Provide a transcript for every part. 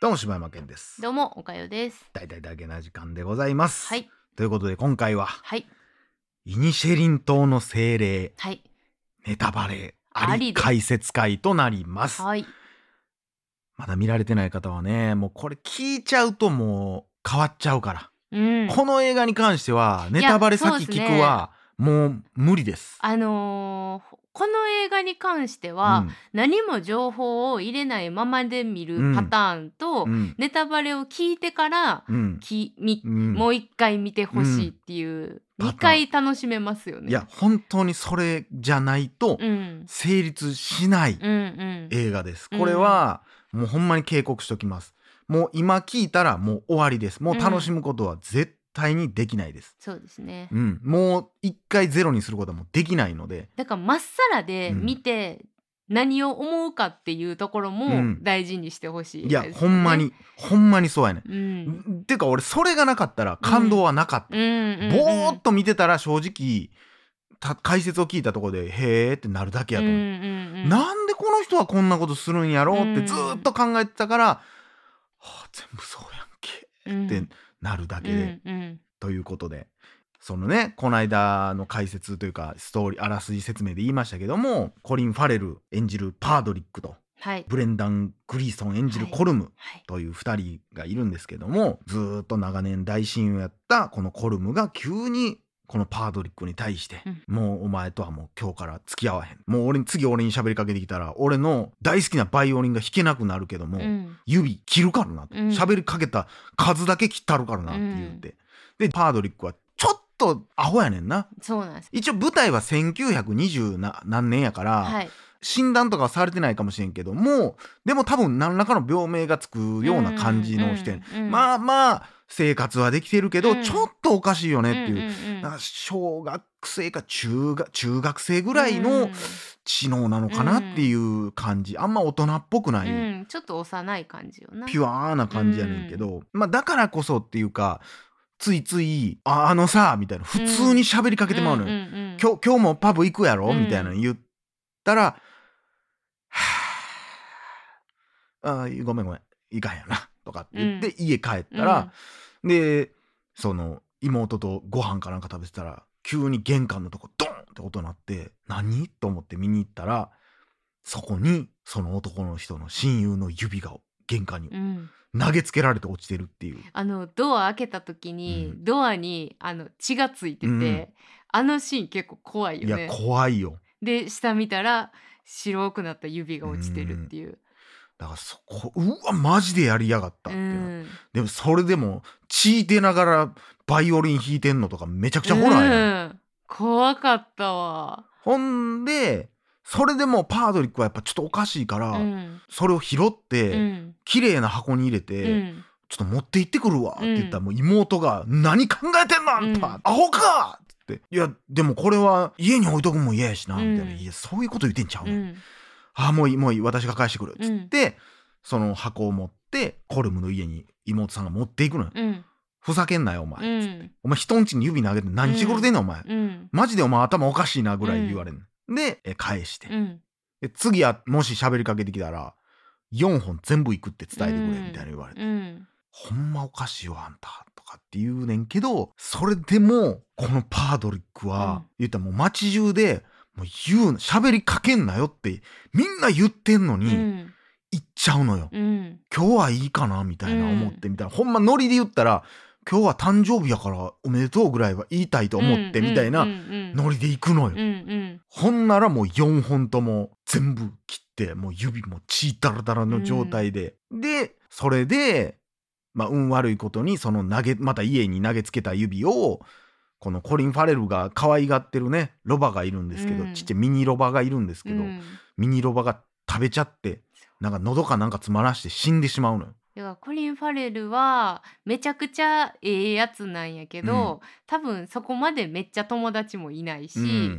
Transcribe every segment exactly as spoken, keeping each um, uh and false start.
どうも柴山健です。 どうもおかよです。 大々だけな時間でございます。 はい。 ということで今回ははいイニシェリン島の精霊はい。 ネタバレありありで。 解説会となります。 はい。 まだ見られてない方はね、もうこれ聞いちゃうともう変わっちゃうから、 うん。 この映画に関してはネいやタバレそう先聞くですね。 はもう無理です。 あのーこの映画に関しては、 うん何も情報を入れないままで見るパうんターンと、 うんネタバレを聞いてからうんきみうんもう一回見てほしいっていう、 うんにかい楽しめますよね。 いや本当にそれじゃないとうん成立しないうんうん映画です。 うんこれはもうほんまに警告しときます。もう今聞いたらもう終わりです。もう楽しむことは絶対にできないです。 そうですね。 うん、もう一回ゼロにすることはもうできないので、 だからまっさらで見て、何を思うかっていうところうもん大事にしてほしいいや映画ですよね。 ほんまにほんまにそうやねうん。 ん。てか俺それがなかったら感動はなかった。 うんうんうん、 ぼーっと見てたら正直た解説を聞いたところでへーってなるだけやと思う。 うんうんうん、 なんでこの人はこんなことするんやろうってずーっと考えてたから、はあ、全部そうやんけってなるだけで、 うんうんということでそのねこの間の解説というかストーリーあらすじ説明で言いましたけども、コリン・ファレル演じるパードリックと、 はい、 ブレンダン・グリーソン演じるコルムというふたりがいるんですけども、ずーっと長年大親友やったこのコルムが急にこのパードリックに対して、 うんもうお前とはもう今日から付き合わへん、もう俺に次俺に喋りかけてきたら俺の大好きなバイオリンが弾けなくなるけども、 うん指切るからなと、 うん喋りかけた数だけ切ったるからなって言って、でパードリックはちょっとアホやねんな。 そうなんです。 一応舞台はせんきゅうひゃくにじゅうな何年やから、 はい、 診断とかはされてないかもしれんけども、でも多分何らかの病名がつくような感じの人やね、 うんうん、 まあまあ生活はできてるけど、 うん、 ちょっとおかしいよねっていう、 うんうんうん、 なんか小学生か中学中学生ぐらいの知能なのかなっていう感じ、あんま大人っぽくない、 うん、ちょっと幼い感じよな。 ピュアな感じやねんけど、まあだからこそっていうかついつい「ああのさ」みたいな普通に喋りかけてまうのよ。 うんうんうん、 今日今日もパブ行くやろ、 うん、 みたいなの言ったら「はあ、あーごめんごめん行かへんよな」とかって言って家帰ったら、でその妹とご飯かなんか食べてたら急に玄関のとこドーンって音鳴って何と思って見に行ったら、そこにその男の人の親友の指が玄関にうん投げつけられて落ちてるっていう。 あのドア開けた時に、 うんドアにあの血がついてて、 うんあのシーン結構怖いいやよね。 怖いよ。 で下見たら白くなった指が落ちてるっていう。 だからそこうわマジでやりやがったっうてな、 ん。 でもそれでも血出ながらバイオリン弾いてんのとかめちゃくちゃホラーやん、 うん怖かったわ。 ほんでそれでもパードリックはやっぱちょっとおかしいから、 うんそれを拾っうて、 ん綺麗な箱に入れうて、 んちょっと持って行ってくるわって言ったら、 うんもう妹が「何考えてんのあんた、 うんアホか!」っつって「いやでもこれは家に置いとくも嫌やしな」みたいな「 うんいやそういうこと言ってんちゃうねん、 うんああもういいもういい私が返してくる」っつうって、 んその箱を持ってコルムの家に妹さんが持っていくのよ。 うんふざけんなよおう前、 んお前人んちに指投げて何しごろでんのお前、 うんマジでお前頭おかしいなぐらい言われる、でえ返して、 うんで次はもし喋りかけてきたらよんほん全部いくって伝えてくれみたいな言われて、 うんほんまおかしいわあんたとかって言うねんけど、それでもこのパードリックは、 うん言ったらもう街中でもう言うな喋りかけんなよってみんな言ってんのに、 うん言っちゃうのよ、 うん今日はいいかなみたいな思ってみたいな、ほんまノリで言ったら今日は誕生日やからおめでとうぐらいは言いたいと思ってみたいなノリで行くのよ、 うんうんほんならもうよんほんとも全部切ってもう指も血ダラダラの状態で、でそれでまあ運悪いことにその投げまた家に投げつけた指をこのコリン・ファレルが可愛がってるねロバがいるんですけど、 うんちっちゃいミニロバがいるんですけど、 うんミニロバが食べちゃってなんか喉かなんか詰まらして死んでしまうのよ。 だからコリン・ファレルはめちゃくちゃええやつなんやけど、多分そこまでめっちゃ友達もいないし、 うん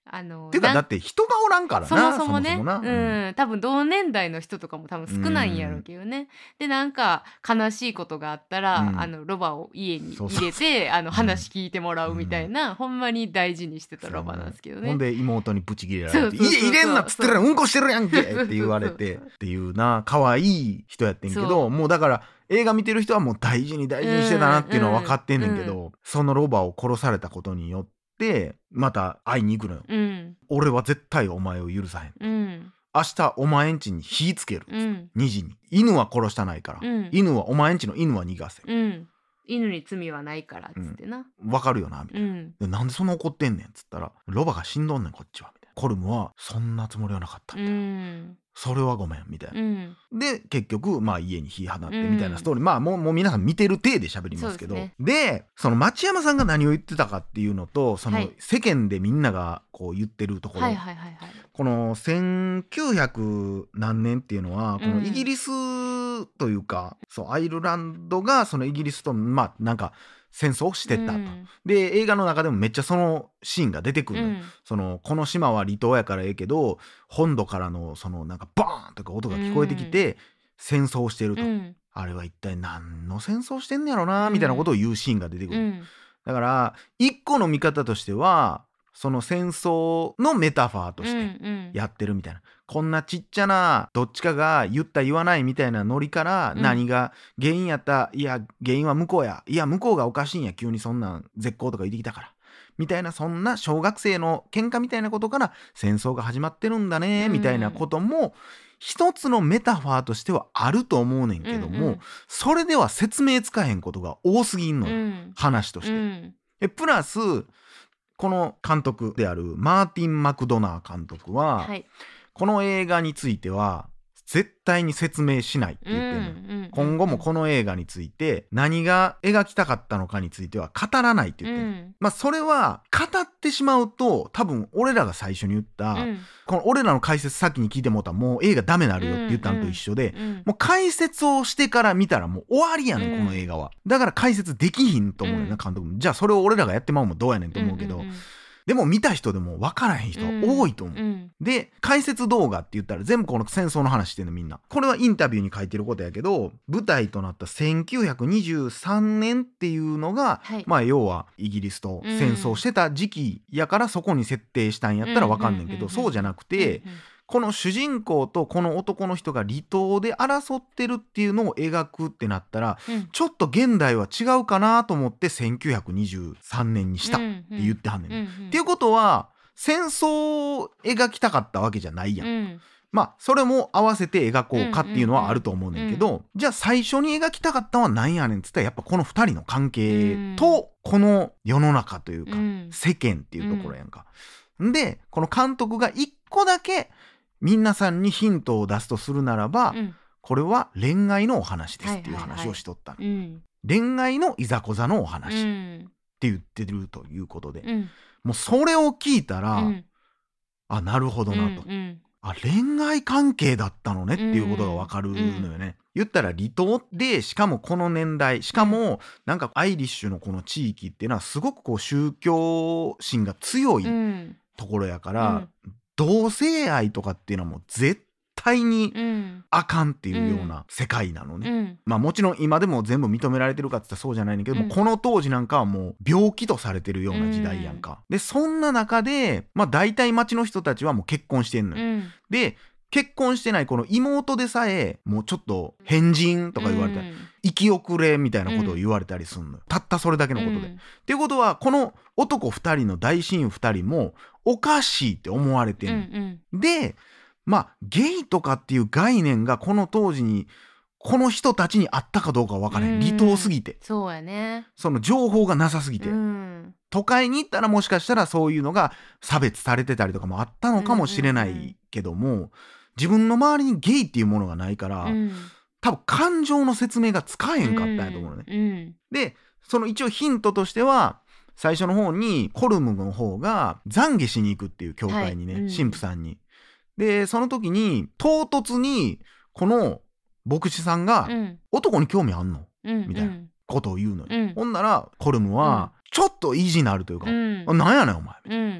あのていうかなんだって人がおらんからな、 そもそもねそもそもな、 うん、多分同年代の人とかも多分少ないんやろうけどね。でなんか悲しいことがあったら、 うんあのロバを家にそうそう入れてあのうん話聞いてもらうみたいな、ほんまに大事にしてたロバなんですけどね。 ほんで妹にブチ切れられて「 そうそうそうそう家入れんなっつってるやんうんこしてるやんけ!」っそうそうそうて言われてっていうな可愛い人やってんけそど、 うもうだから映画見てる人はもう大事に大事にしてたなっていうのは分かってんねんけど、 うそのロバを殺されたことによってまた会いに行くのよ。 うん俺は絶対お前を許さへん。 うん明日お前んちに火つける。 うんにじに。犬は殺したないから。 うん犬はお前んちの犬は逃がせ。 うん犬に罪はないからっつってな。 わかるよなみたいな。 うんでなんでそんな怒ってんねんっつったらロバが死んどんねんこっちはみたいな。コルムはそんなつもりはなかったうみたいな。 んそれはごめんみたいな。 うんで結局まあ家に火放ってうんみたいなストーリー、まあもうもう皆さん見てる体で喋りますけど、 そうでですねその町山さんが何を言ってたかっていうのとそのはい世間でみんながこう言ってるところ、 はいはいはいはい。 このせんきゅうひゃく何年っていうのはこのうんイギリスというか、そうアイルランドがそのイギリスとまあなんか戦争をしてたと、 うんで映画の中でもめっちゃそのシーンが出てくるのよ、 うんそのこの島は離島やからええけど本土からのそのなんかバーンとか音が聞こえてきて戦争をしてると、 うんあれは一体何の戦争してんねやろなみたいなことを言うシーンが出てくる、 うんだから一個の見方としてはその戦争のメタファーとしてうんやってるみたいな、こんなちっちゃなどっちかが言った言わないみたいなノリからうん何が原因やった、いや原因は向こうや、いや向こうがおかしいんや急にそんなん絶好とか言ってきたからみたいな、そんな小学生の喧嘩みたいなことから戦争が始まってるんだねみたいなことも一つのメタファーとしてはあると思うねんけども、 うんうんそれでは説明つかへんことが多すぎんのよ、 うん話として。 うんでプラスこの監督であるマーティン・マクドナー監督は、 はいこの映画については絶対に説明しないって言ってるのよ、 うんうん今後もこの映画について何が描きたかったのかについては語らないって言ってる、 うんまあそれは語ってしまうと多分俺らが最初に言った、 うんこの俺らの解説先に聞いてもうたらもう映画ダメなるよって言ったのと一緒で、 うんもう解説をしてから見たらもう終わりやねん、 うんこの映画は。だから解説できひんと思うねんな、 うん監督も。じゃあそれを俺らがやってまうもどうやねんと思うけど、 んんんでも見た人でも分からへん人多いと思う。 うんで解説動画って言ったら全部この戦争の話してんのみんな。これはインタビューに書いてることやけど、舞台となったせんきゅうひゃくにじゅうさんねんっていうのが、 はいまあ要はイギリスと戦争してた時期やからそこに設定したんやったら分かんねんけど、 うんうんうんうんそうじゃなくて、 うんうんこの主人公とこの男の人が離島で争ってるっていうのを描くってなったらうんちょっと現代は違うかなと思ってせんきゅうひゃくにじゅうさんねんにしたって言ってはんねん、 うんうんっていうことは戦争を描きたかったわけじゃないやん、 うんまあそれも合わせて描こうかっていうのはあると思うねんけど、じゃあ最初に描きたかったのは何やねんっつったらやっぱこのふたりの関係とこの世の中というかうん世間っていうところやんか、でこの監督が一個だけ皆さんにヒントを出すとするならば、 うんこれは恋愛のお話ですっていうはいはいはい話をしとったの、 うん恋愛のいざこざのおう話ってん言ってるということで、 うんもうそれを聞いたら、 うんあなるほどなと、 うんあ恋愛関係だったのねっていうことがわかるのよね、言ったら離島でしかもこの年代しかもなんかアイリッシュのこの地域っていうのはすごくこう宗教心が強いうんところやから、同性愛とかっていうのはもう絶対にうんあかんっていうような世界なのね、 うんまあもちろん今でも全部認められてるかって言ったらそうじゃないねんだけど、 うんもうこの当時なんかはもう病気とされてるような時代やんか、でそんな中でまあ大体町の人たちはもう結婚してんのよ、 うんで結婚してないこの妹でさえもうちょっと変人とか言われたり、生き遅れみたいなことを言われたりすんのよ、たったそれだけのことで、 うんっていうことはこの男ふたりの大親友ふたりもおかしいって思われてんの、 うんでまあゲイとかっていう概念がこの当時にこの人たちにあったかどうかは分からへん、離島すぎてそうやねその情報がなさすぎて、 うん都会に行ったらもしかしたらそういうのが差別されてたりとかもあったのかもしれないけども、自分の周りにゲイっていうものがないから、 うん多分感情の説明がつかへんかったんやと思うのね、 うんでその一応ヒントとしては最初の方にコルムの方が懺悔しに行くっていう教会にね、 はいうん神父さんに。でその時に唐突にこの牧師さんがうん 「男に興味あんの?」 うんみたいなことを言うのよ、 うんほんならコルムはちょっと意地になるというか「 うんあなんやねんお前」 うん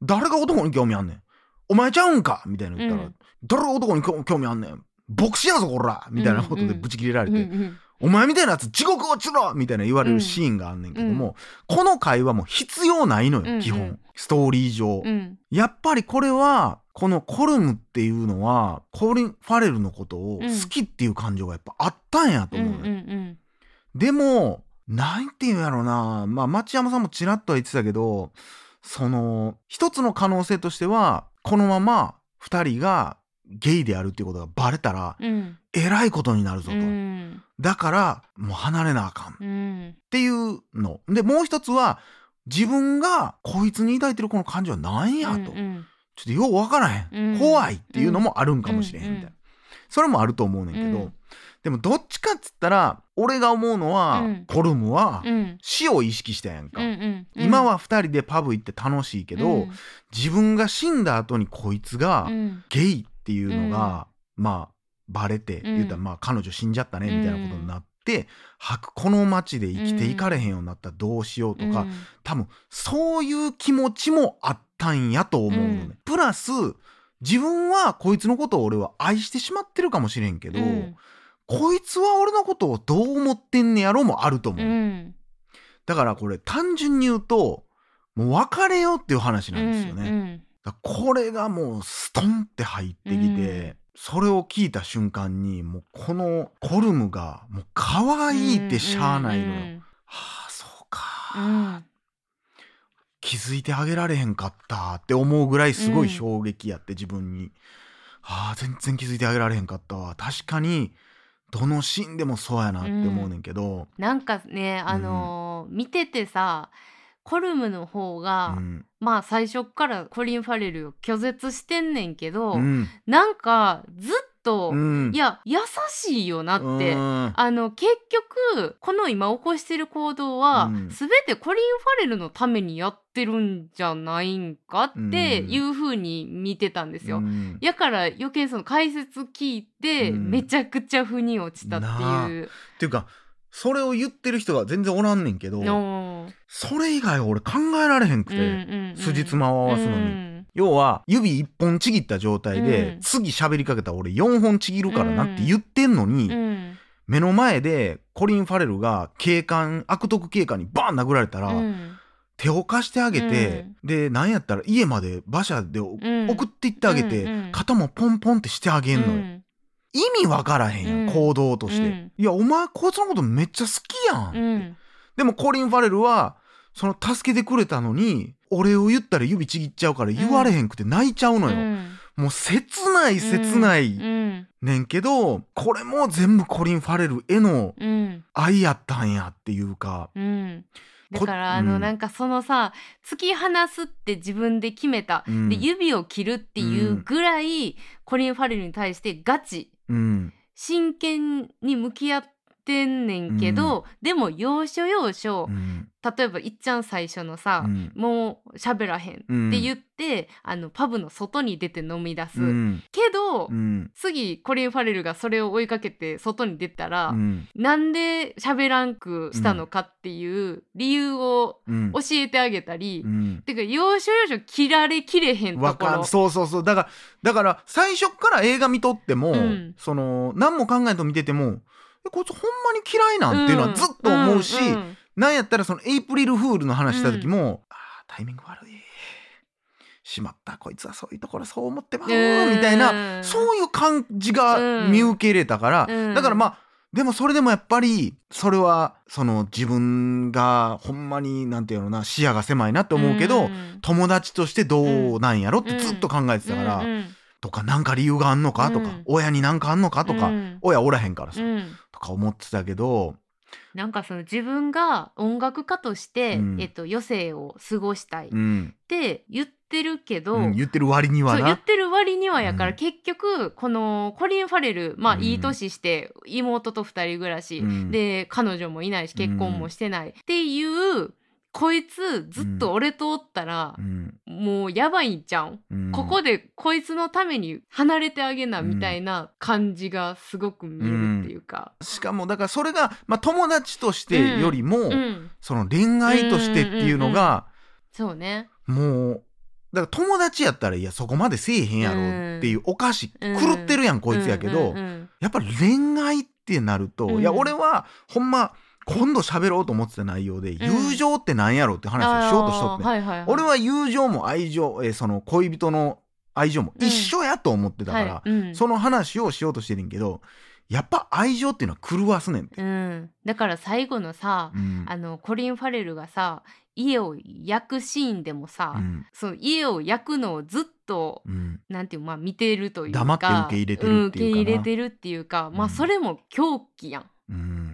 誰が男に興味あんねん、お前ちゃうんかみたいな言ったら、 うん、 誰が男に興味あんねん、牧師やぞこらみたいなことでブチ切れられて、 うんうんお前みたいなやつ地獄落ちろみたいな言われるシーンがあんねんけども、うん、この会話も必要ないのよ、うんうん、基本ストーリー上、うん、やっぱりこれはこのコルムっていうのはコリン・ファレルのことを好きっていう感情がやっぱあったんやと思うのよ、うんうんうん、でもなんていうんやろうな、まあ町山さんもちらっとは言ってたけど、その一つの可能性としてはこのままふたりがゲイであるっていうことがバレたら、うん、えらいことになるぞと、うん、だからもう離れなあかん、うん、っていうので、もう一つは自分がこいつに抱いてるこの感情は何やと、うんうん、ちょっとよう分からへん、うん、怖いっていうのもあるんかもしれへんみたいな、うんうん、それもあると思うねんけど、うん、でもどっちかっつったら俺が思うのは、うん、コルムは死を意識したやんか、うんうんうん、今はふたりでパブ行って楽しいけど、うん、自分が死んだ後にこいつがゲイっていうのが、うん、まあバレて、うん、言うたらまあ彼女死んじゃったねみたいなことになって、うん、はくこの街で生きていかれへんようになったらどうしようとか、うん、多分そういう気持ちもあったんやと思うのね、うん、プラス自分はこいつのことを俺は愛してしまってるかもしれんけど、うん、こいつは俺のことをどう思ってんねやろもあると思う、うん、だからこれ単純に言うともう別れようっていう話なんですよね、うんうん、だからこれがもうストンって入ってきて、うん、それを聞いた瞬間にもうこのコルムがもう可愛いってしゃあないのよ、うんうんうん、はあそうか、うん、気づいてあげられへんかったって思うぐらいすごい衝撃やって、自分に、はあ全然気づいてあげられへんかったわ、確かにどのシーンでもそうやなって思うねんけど、うん、 なんかねあのーうん、見ててさコルムの方が、うん、まあ最初からコリン・ファレルを拒絶してんねんけど、うん、なんかずっと、うん、いや優しいよなって、うん、あの結局この今起こしてる行動は、うん、全てコリン・ファレルのためにやってるんじゃないんかっていう風に見てたんですよ、うん、やから余計その解説聞いて、うん、めちゃくちゃ腑に落ちたっていう。 っていうかそれを言ってる人が全然おらんねんけど、それ以外は俺考えられへんくて、うんうんうん、辻褄を合わすのに、うん、要は指いっぽんちぎった状態で、うん、次喋りかけたら俺よんほんちぎるからなって言ってんのに、うん、目の前でコリン・ファレルが警官悪徳警官にバーン殴られたら、うん、手を貸してあげて、うん、でなんやったら家まで馬車で、うん、送っていってあげて、うんうん、肩もポンポンってしてあげんのよ、うん、意味わからへんやん、うん、行動として、うん、いやお前こいつのことめっちゃ好きやんって、うん、でもコリン・ファレルはその助けてくれたのに俺を言ったら指ちぎっちゃうから言われへんくて泣いちゃうのよ、うん、もう切ない切ない、うん、ねんけどこれも全部コリン・ファレルへの愛やったんやっていうか、うん、 だからあのなんかそのさ、突き放すって自分で決めた、うん、で指を切るっていうぐらいコリン・ファレルに対してガチ、うん、真剣に向き合ってんねんけど、うん、でも要所要所、うん、例えばいっちゃん最初のさ、うん、もう喋らへんって言って、うん、あのパブの外に出て飲み出す、うん、けど、うん、次コリン・ファレルがそれを追いかけて外に出たら、うん、なんで喋らんくしたのかっていう理由を教えてあげたり、うん、てか要所要所切られきれへんところ、 そうそうそう、だからだから最初から映画見とっても、うん、その何も考えんと見ててもこいつほんまに嫌いなんっていうのはずっと思うし、うんうん、なんやったらそのエイプリルフールの話した時も、うん、あタイミング悪いしまったこいつはそういうところそう思ってまうみたいな、そういう感じが見受け入れたから、うん、だからまあでもそれでもやっぱりそれはその自分がほんまになんていうのな視野が狭いなって思うけど、うん、友達としてどうなんやろってずっと考えてたから、うんうん、とかなんか理由があんのかとか、うん、親になんかあんのかとか、うん、親おらへんからさ、うん、とか思ってたけど、 なんかその自分が音楽家として、うん、えっと、余生を過ごしたいって言ってるけど、うん、 言ってる割にはな、 そう言ってる割にはやから、うん、結局このコリン・ファレル、まあいい年して妹と二人暮らし、うん、で彼女もいないし結婚もしてないっていう、こいつずっと俺とおったら、うん、もうやばいんちゃう、うん、ここでこいつのために離れてあげなみたいな感じがすごく見えるっていうか、 うん、しかもだからそれが、まあ、友達としてよりも、うん、その恋愛としてっていうのが、 うんうんうん、そうね、 もうだから友達やったらいやそこまでせえへんやろっていうおかし、うん、狂ってるやんこいつやけど、うんうんうん、やっぱ恋愛ってなると、うん、いや俺はほんま今度喋ろうと思ってた内容で、うん、友情ってなんやろって話をしようとしとって、はいはいはい、俺は友情も愛情、えー、その恋人の愛情も一緒やと思ってたから、うんはいうん、その話をしようとしてるんけど、やっぱ愛情っていうのは狂わすねんって、 うん、だから最後のさ、うん、あのコリン・ファレルがさ家を焼くシーンでもさ、うん、その家を焼くのをずっと、うん、なんていうまあ見てるというか黙って受け入れてるっていうかな、うん、受け入れてるっていうか、まあそれも狂気やん、うん、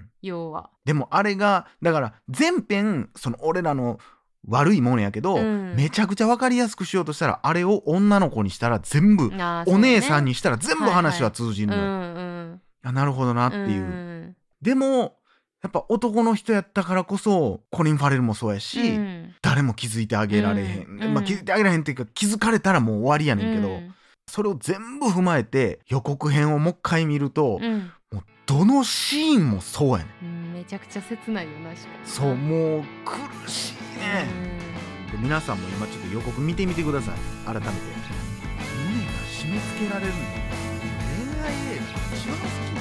要は。 でもあれがだから全編その俺らの悪いものやけど、うん、めちゃくちゃ分かりやすくしようとしたらあれを女の子にしたら全部、ね、お姉さんにしたら全部話は通じるのよ、はいはいうんうん、あなるほどなっていう、うん、でもやっぱ男の人やったからこそコリン・ファレルもそうやし、うん、誰も気づいてあげられへん、うんまあ、気づいてあげられへんっていうか気づかれたらもう終わりやねんけど、うん、それを全部踏まえて予告編をもう一回見ると、うん、もうどのシーンもそうやねん、 うん、めちゃくちゃ切ないよな。しかもそうもう苦しいね、うん、で皆さんも今ちょっと予告見てみてください。改めて胸が締め付けられるの恋愛映画一番好き。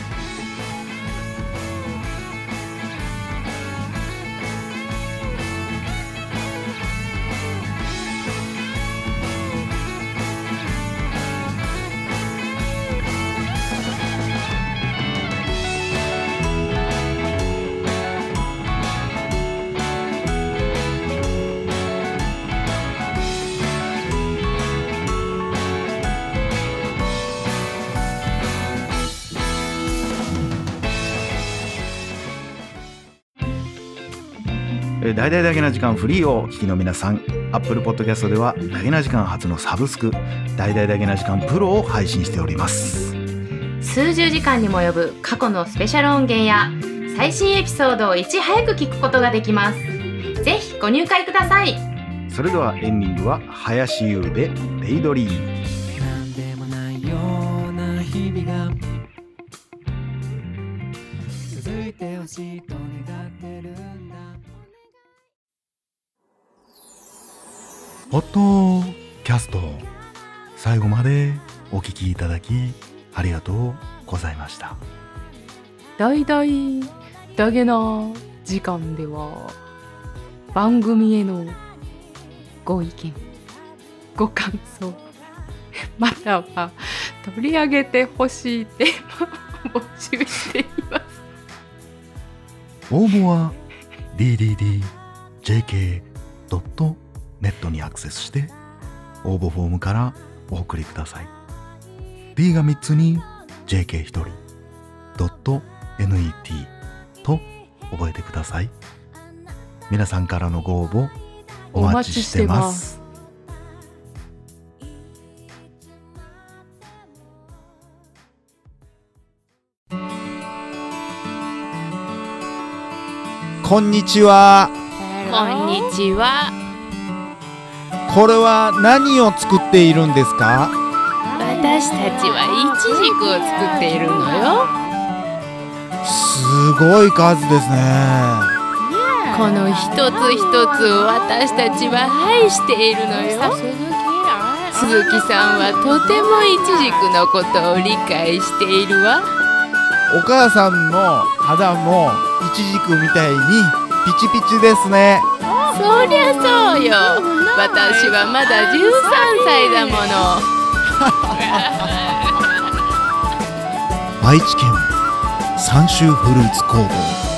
大々だけな時間フリーをお聞きの皆さん、Apple Podcast ではだけな時間初のサブスク大々だけな時間プロを配信しております。 数十時間にも及ぶ過去のスペシャル音源や最新エピソードをいち早く聞くことができます。ぜひご入会ください。 それではエンディングは林優でデイドリーム。なんでもないような日々が続いてほしいと願ってるんだ。ポッドキャスト最後までお聞きいただきありがとうございました。 大々だけな時間では番組へのご意見ご感想または取り上げてほしいテーマを募集しています。 応募は ディーディーディージェーケードットネットにアクセスして応募フォームからお送りください。 D がみっつに ジェーケーひとり ドット ネット と覚えてください。皆さんからのご応募お待ちしてます。こんにちは。 こんにちは。 これは何を作っているんですか？ 私たちはイチジクを作っているのよ。 すごい数ですね。 この一つ一つを私たちは愛しているのよ。鈴木さんはとてもイチジクのことを理解しているわ。 お母さんの肌もイチジクみたいにピチピチですね。 そりゃそうよ。私はまだじゅうさんさいだもの。 愛知県三州フルーツ工房